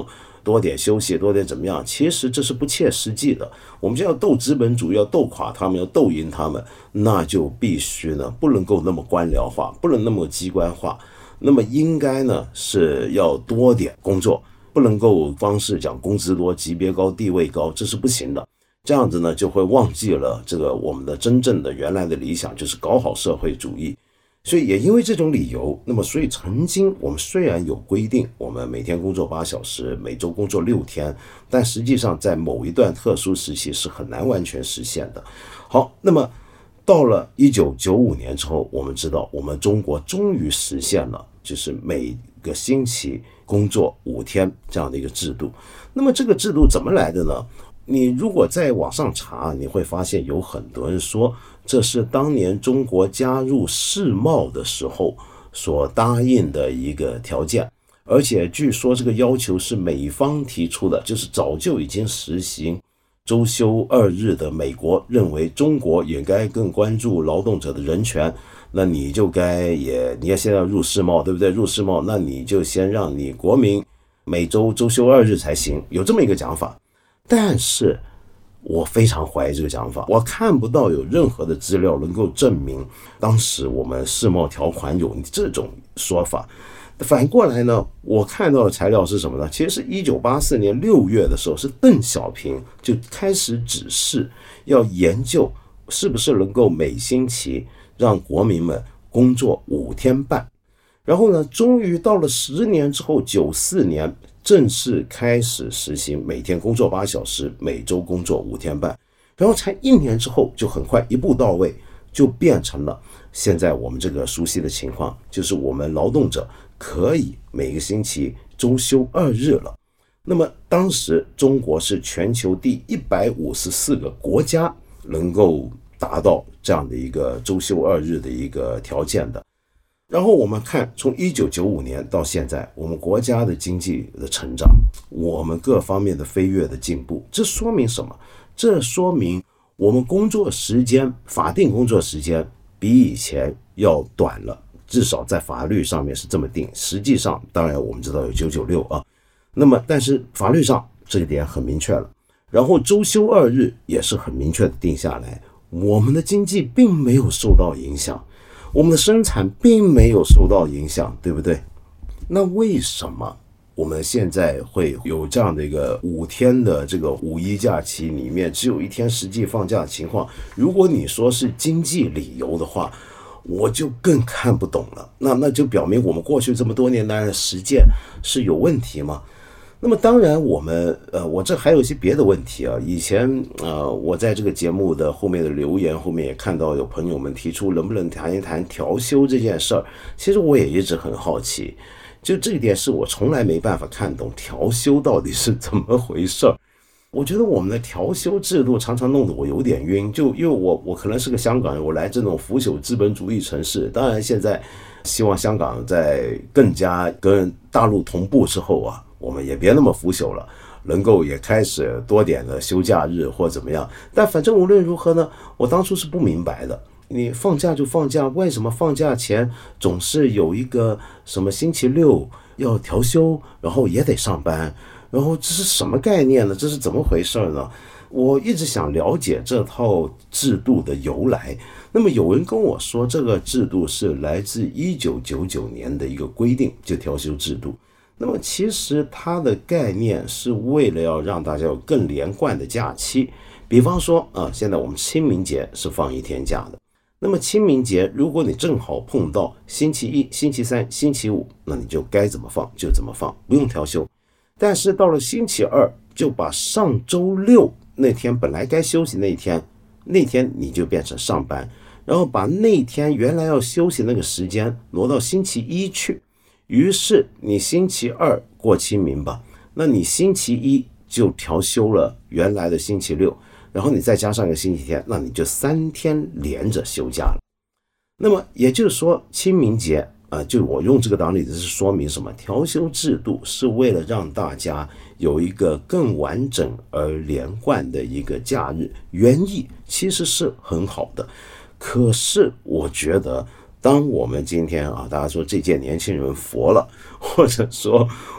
多点休息，多点怎么样，其实这是不切实际的。我们就要斗资本主义，要斗垮他们，要斗赢他们，那就必须呢不能够那么官僚化，不能那么机关化，那么应该呢是要多点工作，不能够光是讲工资多、级别高、地位高，这是不行的。这样子呢就会忘记了这个我们的真正的原来的理想，就是搞好社会主义。所以也因为这种理由，那么所以曾经我们虽然有规定我们每天工作8小时，每周工作6天，但实际上在某一段特殊时期是很难完全实现的。好，那么到了1995年之后，我们知道我们中国终于实现了就是每个星期工作5天这样的一个制度。那么这个制度怎么来的呢？你如果在网上查，你会发现有很多人说这是当年中国加入世贸的时候所答应的一个条件，而且据说这个要求是美方提出的，就是早就已经实行周休2日的美国认为中国也该更关注劳动者的人权，那你就你也现在入世贸，对不对？入世贸，那你就先让你国民每周周休2日才行，有这么一个讲法。但是我非常怀疑这个讲法，我看不到有任何的资料能够证明当时我们世贸条款有这种说法。反过来呢，我看到的材料是什么呢？其实是1984年6月的时候，是邓小平就开始指示要研究是不是能够每星期让国民们工作5天半。然后呢，终于到了10年之后，94年正式开始实行每天工作8小时，每周工作5天半。然后才1年之后，就很快一步到位，就变成了现在我们这个熟悉的情况，就是我们劳动者可以每个星期周休2日了。那么当时中国是全球第154个国家能够达到这样的一个周休2日的一个条件的。然后我们看从1995年到现在，我们国家的经济的成长，我们各方面的飞跃的进步，这说明什么？这说明我们工作时间，法定工作时间比以前要短了，至少在法律上面是这么定。实际上当然我们知道有996啊，那么但是法律上这一点很明确了。然后周休2日也是很明确的定下来，我们的经济并没有受到影响，我们的生产并没有受到影响，对不对？那为什么我们现在会有这样的一个5天的这个五一假期里面只有1天实际放假的情况？如果你说是经济理由的话，我就更看不懂了。那就表明我们过去这么多年来的实践是有问题吗？那么当然我这还有一些别的问题啊。以前我在这个节目的后面的留言后面也看到有朋友们提出能不能谈一谈调休这件事儿。其实我也一直很好奇，就这一点是我从来没办法看懂调休到底是怎么回事儿。我觉得我们的调休制度常常弄得我有点晕，就因为我可能是个香港人，我来这种腐朽资本主义城市，当然现在希望香港在更加跟大陆同步之后啊，我们也别那么腐朽了，能够也开始多点的休假日或怎么样。但反正无论如何呢，我当初是不明白的，你放假就放假，为什么放假前总是有一个什么星期6要调休，然后也得上班，然后这是什么概念呢？这是怎么回事呢？我一直想了解这套制度的由来。那么有人跟我说，这个制度是来自1999年的一个规定，就调休制度。那么其实它的概念是为了要让大家有更连贯的假期。比方说现在我们清明节是放1天假的，那么清明节如果你正好碰到星期1、星期3、星期5，那你就该怎么放就怎么放，不用调休。但是到了星期2，就把上周6那天本来该休息那天你就变成上班，然后把那天原来要休息那个时间挪到星期1去。于是你星期2过清明吧，那你星期1就调休了原来的星期6，然后你再加上一个星期天，那你就3天连着休假了。那么也就是说清明节就我用这个当例子是说明什么？调休制度是为了让大家有一个更完整而连贯的一个假日，原意其实是很好的。可是我觉得当我们今天大家说这届年轻人佛了，或者说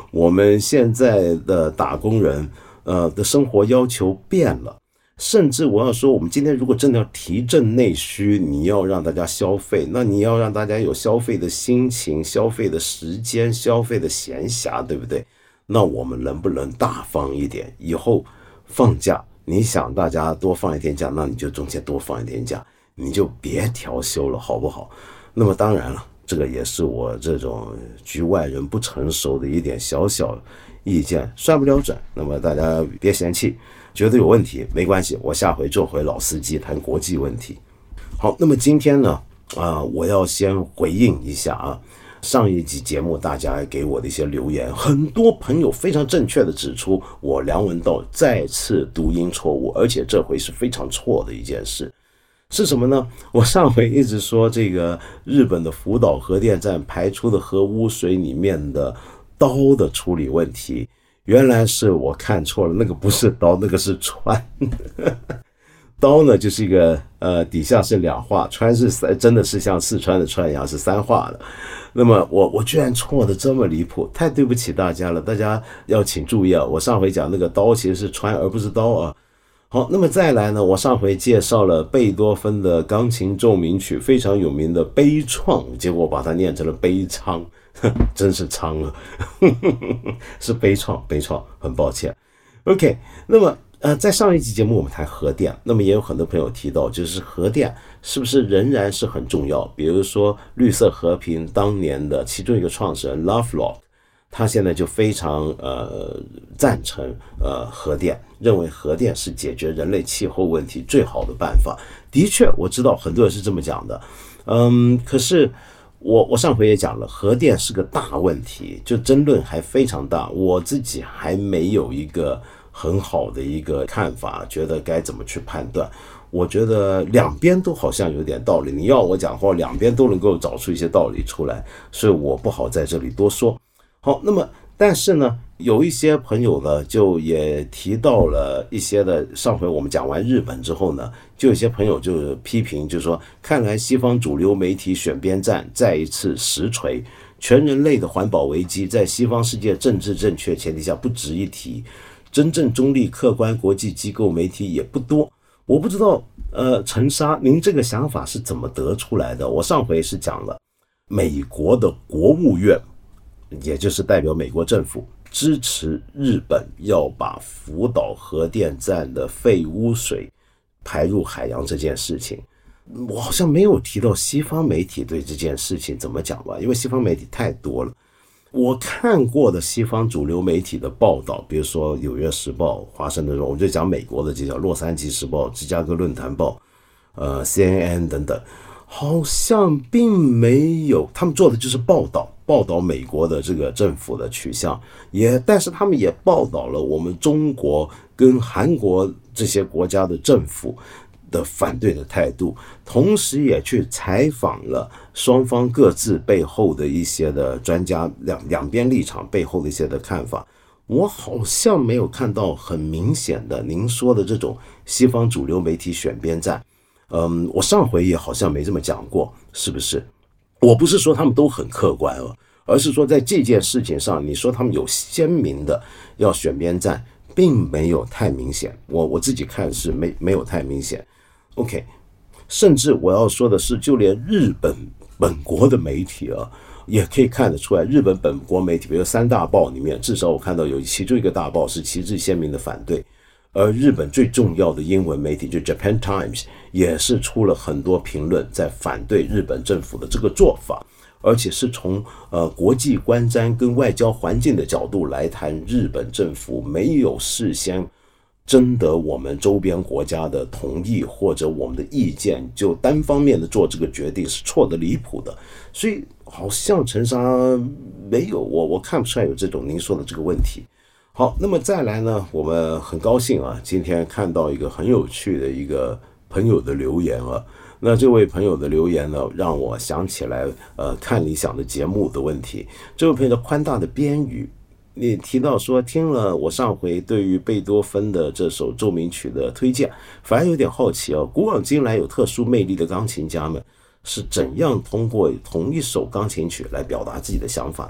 我们现在的打工人的生活要求变了。甚至我要说，我们今天如果真的要提振内需，你要让大家消费，那你要让大家有消费的心情、消费的时间、消费的闲暇，对不对？那我们能不能大方一点？以后放假，你想大家多放一天假，那你就中间多放一天假，你就别调休了，好不好？那么当然了，这个也是我这种局外人不成熟的一点小小意见，算不了准。那么大家别嫌弃，觉得有问题没关系，我下回做回老司机谈国际问题。好，那么今天呢，我要先回应一下啊，上一集节目大家给我的一些留言，很多朋友非常正确的指出我梁文道再次读音错误，而且这回是非常错的一件事。是什么呢？我上回一直说这个日本的福岛核电站排出的核污水里面的氘的处理问题，原来是我看错了，那个不是氘，那个是氚。氘呢就是一个底下是两画，氚是真的是像四川的川一样是三画的。那么我居然错的这么离谱，太对不起大家了，大家要请注意啊！我上回讲那个氘其实是氚而不是刀啊。好，那么再来呢，我上回介绍了贝多芬的钢琴奏鸣曲，非常有名的悲怆，结果把它念成了悲怆，真是苍啊，是悲怆，很抱歉。OK， 那么在上一集节目我们谈核电，那么也有很多朋友提到，就是核电是不是仍然是很重要？比如说绿色和平当年的其中一个创始人 Lovelock， 他现在就非常赞成核电，认为核电是解决人类气候问题最好的办法。的确，我知道很多人是这么讲的，可是我上回也讲了，核电是个大问题，就争论还非常大，我自己还没有一个很好的一个看法，觉得该怎么去判断。我觉得两边都好像有点道理，你要我讲话，两边都能够找出一些道理出来，所以我不好在这里多说。好，那么但是呢，有一些朋友呢就也提到了一些的，上回我们讲完日本之后呢，就有些朋友就批评，就说看来西方主流媒体选边站再一次实锤，全人类的环保危机在西方世界政治正确前提下不值一提，真正中立客观国际机构媒体也不多。我不知道陈沙您这个想法是怎么得出来的？我上回是讲了美国的国务院，也就是代表美国政府支持日本要把福岛核电站的废污水排入海洋这件事情。我好像没有提到西方媒体对这件事情怎么讲吧，因为西方媒体太多了。我看过的西方主流媒体的报道，比如说《纽约时报》、华盛顿，我就讲美国的，就叫《洛杉矶时报》、《芝加哥论坛报》、CNN 等等，好像并没有，他们做的就是报道美国的这个政府的取向，但是他们也报道了我们中国跟韩国这些国家的政府的反对的态度，同时也去采访了双方各自背后的一些的专家，两边立场背后的一些的看法。我好像没有看到很明显的您说的这种西方主流媒体选边站。我上回也好像没这么讲过，是不是？我不是说他们都很客观哦，而是说在这件事情上，你说他们有鲜明的要选边站，并没有太明显。我自己看是没有太明显。OK， 甚至我要说的是，就连日本本国的媒体啊，也可以看得出来，日本本国媒体，比如三大报里面，至少我看到有其中一个大报是旗帜鲜明的反对，而日本最重要的英文媒体就 Japan Times 也是出了很多评论在反对日本政府的这个做法，而且是从国际观瞻跟外交环境的角度来谈日本政府没有事先征得我们周边国家的同意或者我们的意见，就单方面的做这个决定是错的离谱的。所以好像陈沙没有，我看不出来有这种您说的这个问题。好，那么再来呢，我们很高兴啊，今天看到一个很有趣的一个朋友的留言啊。那这位朋友的留言呢，让我想起来看理想的节目的问题。这位朋友的宽大的边语，你提到说听了我上回对于贝多芬的这首奏鸣曲的推荐，反而有点好奇哦，古往今来有特殊魅力的钢琴家们是怎样通过同一首钢琴曲来表达自己的想法呢？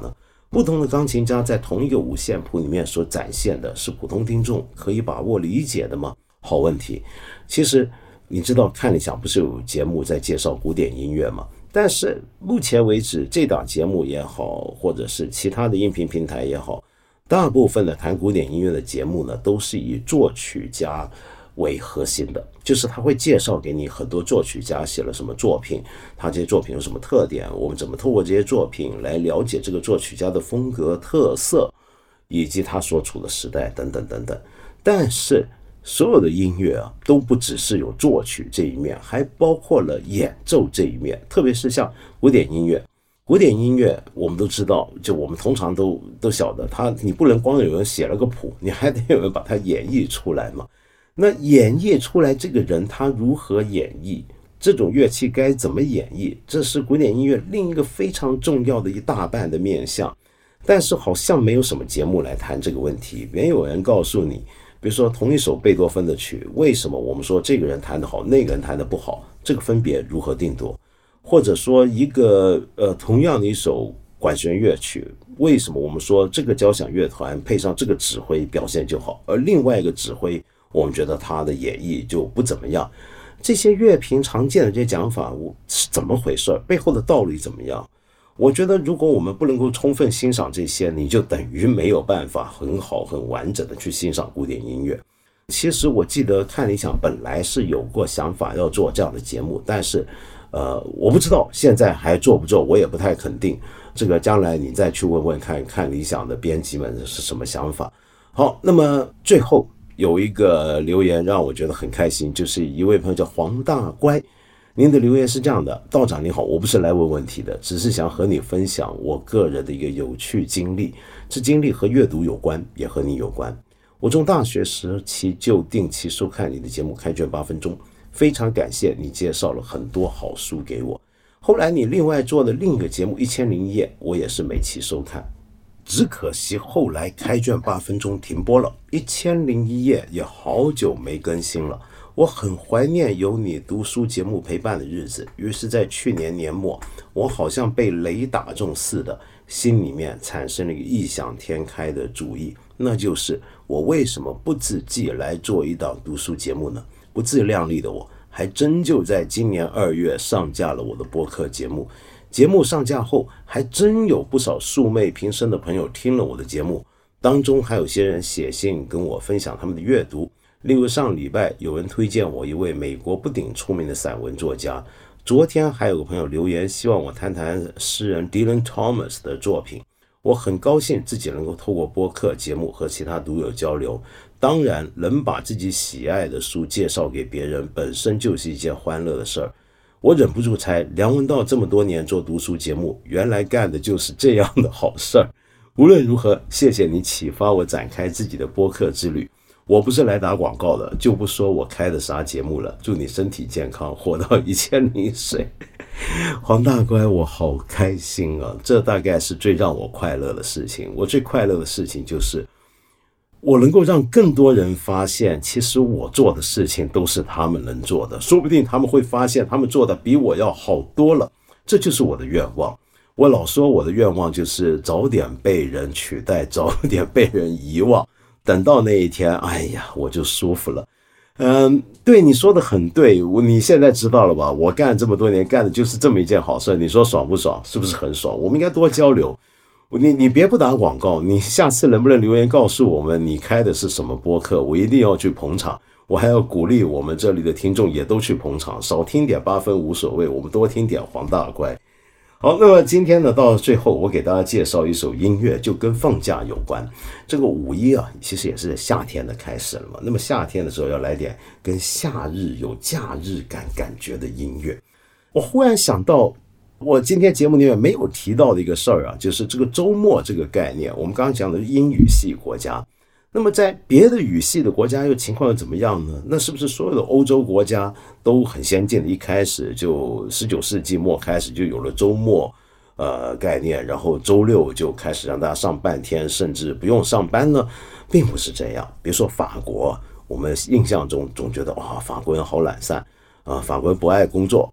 不同的钢琴家在同一个五线谱里面所展现的是普通听众可以把握理解的吗？好问题。其实你知道看理想不是有节目在介绍古典音乐吗？但是目前为止，这档节目也好，或者是其他的音频平台也好，大部分的谈古典音乐的节目呢，都是以作曲家为核心的，就是他会介绍给你很多作曲家写了什么作品，他这些作品有什么特点，我们怎么透过这些作品来了解这个作曲家的风格特色，以及他所处的时代等等等等。但是所有的音乐啊，都不只是有作曲这一面，还包括了演奏这一面。特别是像古典音乐，古典音乐我们都知道，就我们通常都晓得，你不能光有人写了个谱，你还得有人把它演绎出来嘛。那演绎出来这个人他如何演绎，这种乐器该怎么演绎，这是古典音乐另一个非常重要的一大半的面向。但是好像没有什么节目来谈这个问题，没有人告诉你，比如说同一首贝多芬的曲，为什么我们说这个人弹得好，那个人弹得不好，这个分别如何定夺？或者说一个同样的一首管弦乐曲，为什么我们说这个交响乐团配上这个指挥表现就好，而另外一个指挥我们觉得他的演绎就不怎么样？这些乐评常见的这些讲法是怎么回事？背后的道理怎么样？我觉得如果我们不能够充分欣赏这些，你就等于没有办法很好很完整的去欣赏古典音乐。其实我记得看理想本来是有过想法要做这样的节目，但是我不知道现在还做不做，我也不太肯定。这个将来你再去问问看理想的编辑们是什么想法。好，那么最后有一个留言让我觉得很开心，就是一位朋友叫黄大乖，您的留言是这样的：道长你好，我不是来问问题的，只是想和你分享我个人的一个有趣经历，这经历和阅读有关，也和你有关。我从大学时期就定期收看你的节目《开卷8分钟》，非常感谢你介绍了很多好书给我。后来你另外做的另一个节目《1001夜》，我也是每期收看。只可惜后来《开卷8分钟》停播了，《1001夜》也好久没更新了。我很怀念有你读书节目陪伴的日子，于是在去年年末，我好像被雷打中似的，心里面产生了一个异想天开的主意，那就是我为什么不自己来做一档读书节目呢？不自量力的我还真就在今年2月上架了我的播客节目。节目上架后，还真有不少素昧平生的朋友听了我的节目，当中还有些人写信跟我分享他们的阅读。例如上礼拜有人推荐我一位美国不顶出名的散文作家，昨天还有个朋友留言希望我谈谈诗人 Dylan Thomas 的作品。我很高兴自己能够透过播客节目和其他读友交流，当然能把自己喜爱的书介绍给别人本身就是一件欢乐的事儿。我忍不住猜，梁文道这么多年做读书节目，原来干的就是这样的好事儿。无论如何，谢谢你启发我展开自己的播客之旅。我不是来打广告的，就不说我开的啥节目了。祝你身体健康，活到1000岁。黄大乖，我好开心啊！这大概是最让我快乐的事情。我最快乐的事情就是我能够让更多人发现，其实我做的事情都是他们能做的，说不定他们会发现他们做的比我要好多了。这就是我的愿望。我老说我的愿望就是早点被人取代，早点被人遗忘。等到那一天，哎呀，我就舒服了。对，你说的很对，你现在知道了吧？我干这么多年，干的就是这么一件好事，你说爽不爽？是不是很爽？我们应该多交流。你别不打广告，你下次能不能留言告诉我们你开的是什么播客？我一定要去捧场。我还要鼓励我们这里的听众也都去捧场，少听点8分无所谓，我们多听点黄大乖。好，那么今天呢，到最后我给大家介绍一首音乐，就跟放假有关。这个5一啊，其实也是夏天的开始了嘛。那么夏天的时候要来点跟夏日有假日感觉的音乐。我忽然想到，我今天节目里面没有提到的一个事儿啊，就是这个周末这个概念。我们刚刚讲的是英语系国家，那么在别的语系的国家又情况又怎么样呢？那是不是所有的欧洲国家都很先进的，一开始就19世纪末开始就有了周末概念，然后周六就开始让大家上半天，甚至不用上班呢？并不是这样。比如说法国，我们印象中总觉得法国人好懒散法国人不爱工作。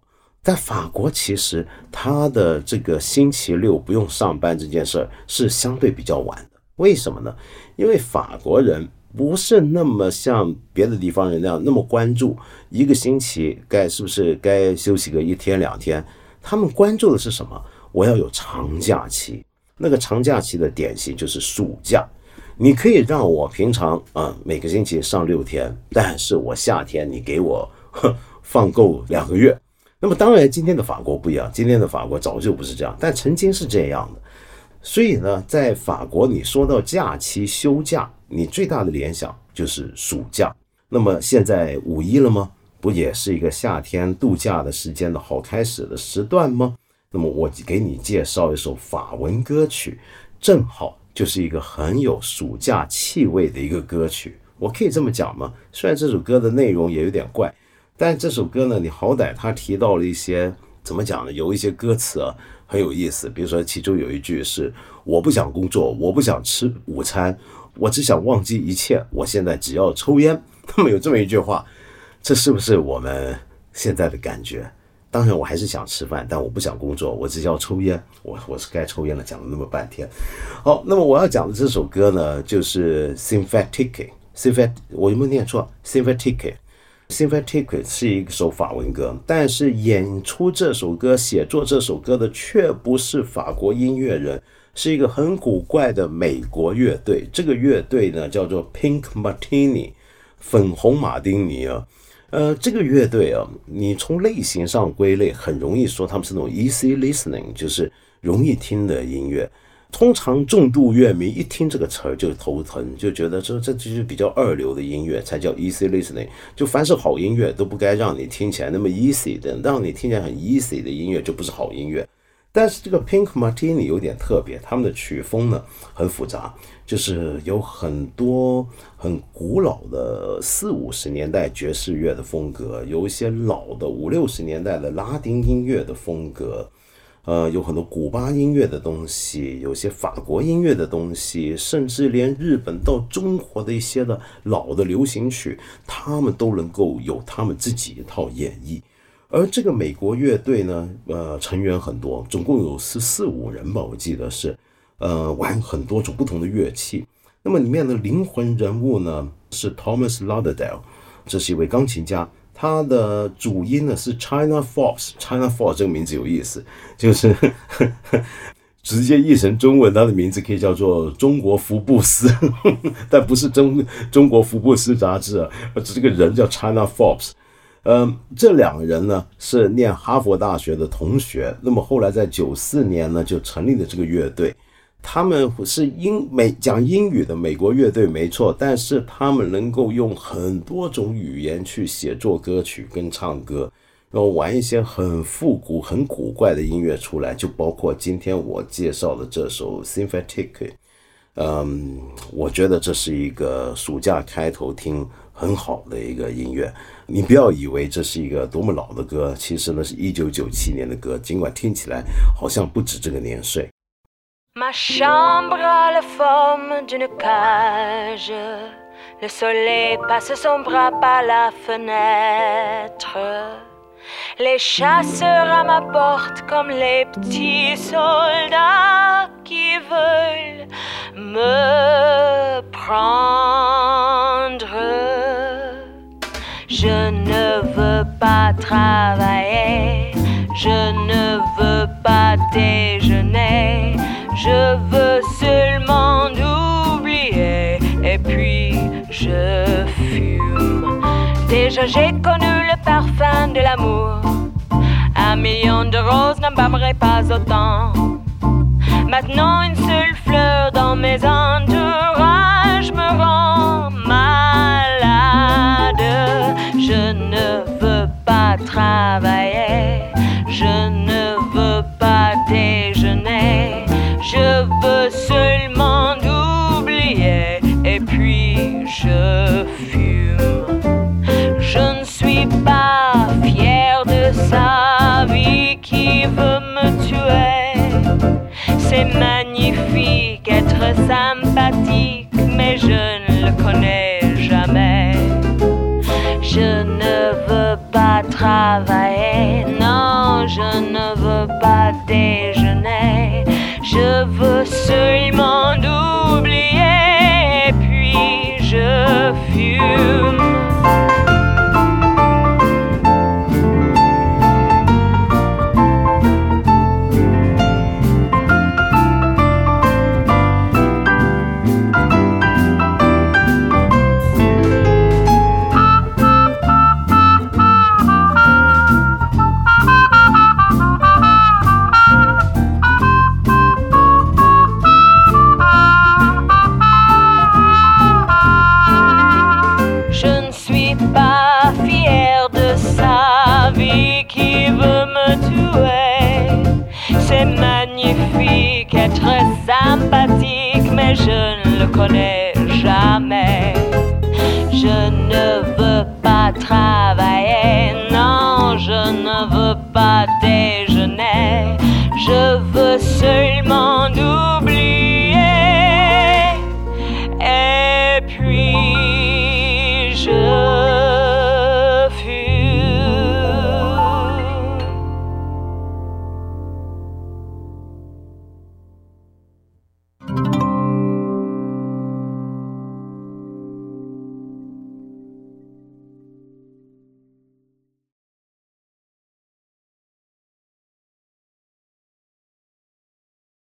在法国其实他的这个星期六不用上班这件事儿是相对比较晚的。为什么呢？因为法国人不是那么像别的地方人那样那么关注一个星期是不是该休息个1天2天，他们关注的是什么？我要有长假期。那个长假期的典型就是暑假。你可以让我平常每个星期上6天，但是我夏天你给我放够2个月。那么当然今天的法国不一样，今天的法国早就不是这样，但曾经是这样的。所以呢，在法国你说到假期休假，你最大的联想就是暑假。那么现在5·1了吗？不也是一个夏天度假的时间的好开始的时段吗？那么我给你介绍一首法文歌曲，正好就是一个很有暑假气味的一个歌曲。我可以这么讲吗？虽然这首歌的内容也有点怪，但这首歌呢，你好歹它提到了一些怎么讲呢？有一些歌词很有意思。比如说其中有一句是我不想工作，我不想吃午餐，我只想忘记一切，我现在只要抽烟。那么有这么一句话，这是不是我们现在的感觉？当然我还是想吃饭，但我不想工作，我只要抽烟。我是该抽烟了，讲了那么半天。好，那么我要讲的这首歌呢，就是 Sympathique。我有没有念错？ Sympathique 是一首法文歌，但是演出这首歌写作这首歌的却不是法国音乐人，是一个很古怪的美国乐队。这个乐队呢叫做 Pink Martini 粉红马丁尼这个乐队你从类型上归类，很容易说他们是那种 easy listening， 就是容易听的音乐。通常重度乐迷一听这个词儿就头疼，就觉得这就是比较二流的音乐才叫 easy listening。就凡是好音乐都不该让你听起来那么 easy 的，让你听起来很 easy 的音乐就不是好音乐。但是这个 Pink Martini 有点特别，他们的曲风呢很复杂，就是有很多很古老的40-50年代爵士乐的风格，有一些老的50-60年代的拉丁音乐的风格，有很多古巴音乐的东西，有些法国音乐的东西，甚至连日本到中国的一些的老的流行曲，他们都能够有他们自己一套演绎。而这个美国乐队呢，成员很多，总共有14-15人吧，我记得是，玩很多种不同的乐器。那么里面的灵魂人物呢是 Thomas Lauderdale， 这是一位钢琴家，他的主音呢是 China Fox。China Fox 这个名字有意思，就是直接译成中文，他的名字可以叫做中国福布斯，但不是中国福布斯杂志这个人叫 China Fox。这两个人呢是念哈佛大学的同学，那么后来在94年呢就成立了这个乐队。他们是讲英语的美国乐队没错，但是他们能够用很多种语言去写作歌曲跟唱歌，然后玩一些很复古很古怪的音乐出来，就包括今天我介绍的这首 Sympathique。我觉得这是一个暑假开头听很好的一个音乐。你不要以为这是一个多么老的歌，其实呢是1997年的歌，尽管听起来好像不止这个年岁。 Ma chambre a la forme d'une cage, le soleil passe son bras par la fenêtre. Les chasseurs à ma porte comme les petits soldats qui veulent me prendre. Je ne veux pas travailler, je ne veux pas déjeuner, je veux seulement oublier et puis je fume. Déjà j'ai connu le parfum de l'amour, 1 million de roses n'embaumerait pas autant. Maintenant une seule fleur dans mes entourages me rend malade. Je ne veux pas travailler, je ne veux pas déjeuner, je veux seulement oublier et puis je fume. Je ne suis pas fière de sa vie qui veut me tuer. C'est magnifique être sympathique, mais je ne le connais jamais. Je ne veux pas travailler, non, je ne veux pas déjeuner. Je veux seulement oublier, puis je fume. Très sympathique, mais je ne le connais jamais. Je ne veux pas travailler, non, je ne veux pas déjeuner. Je veux seulement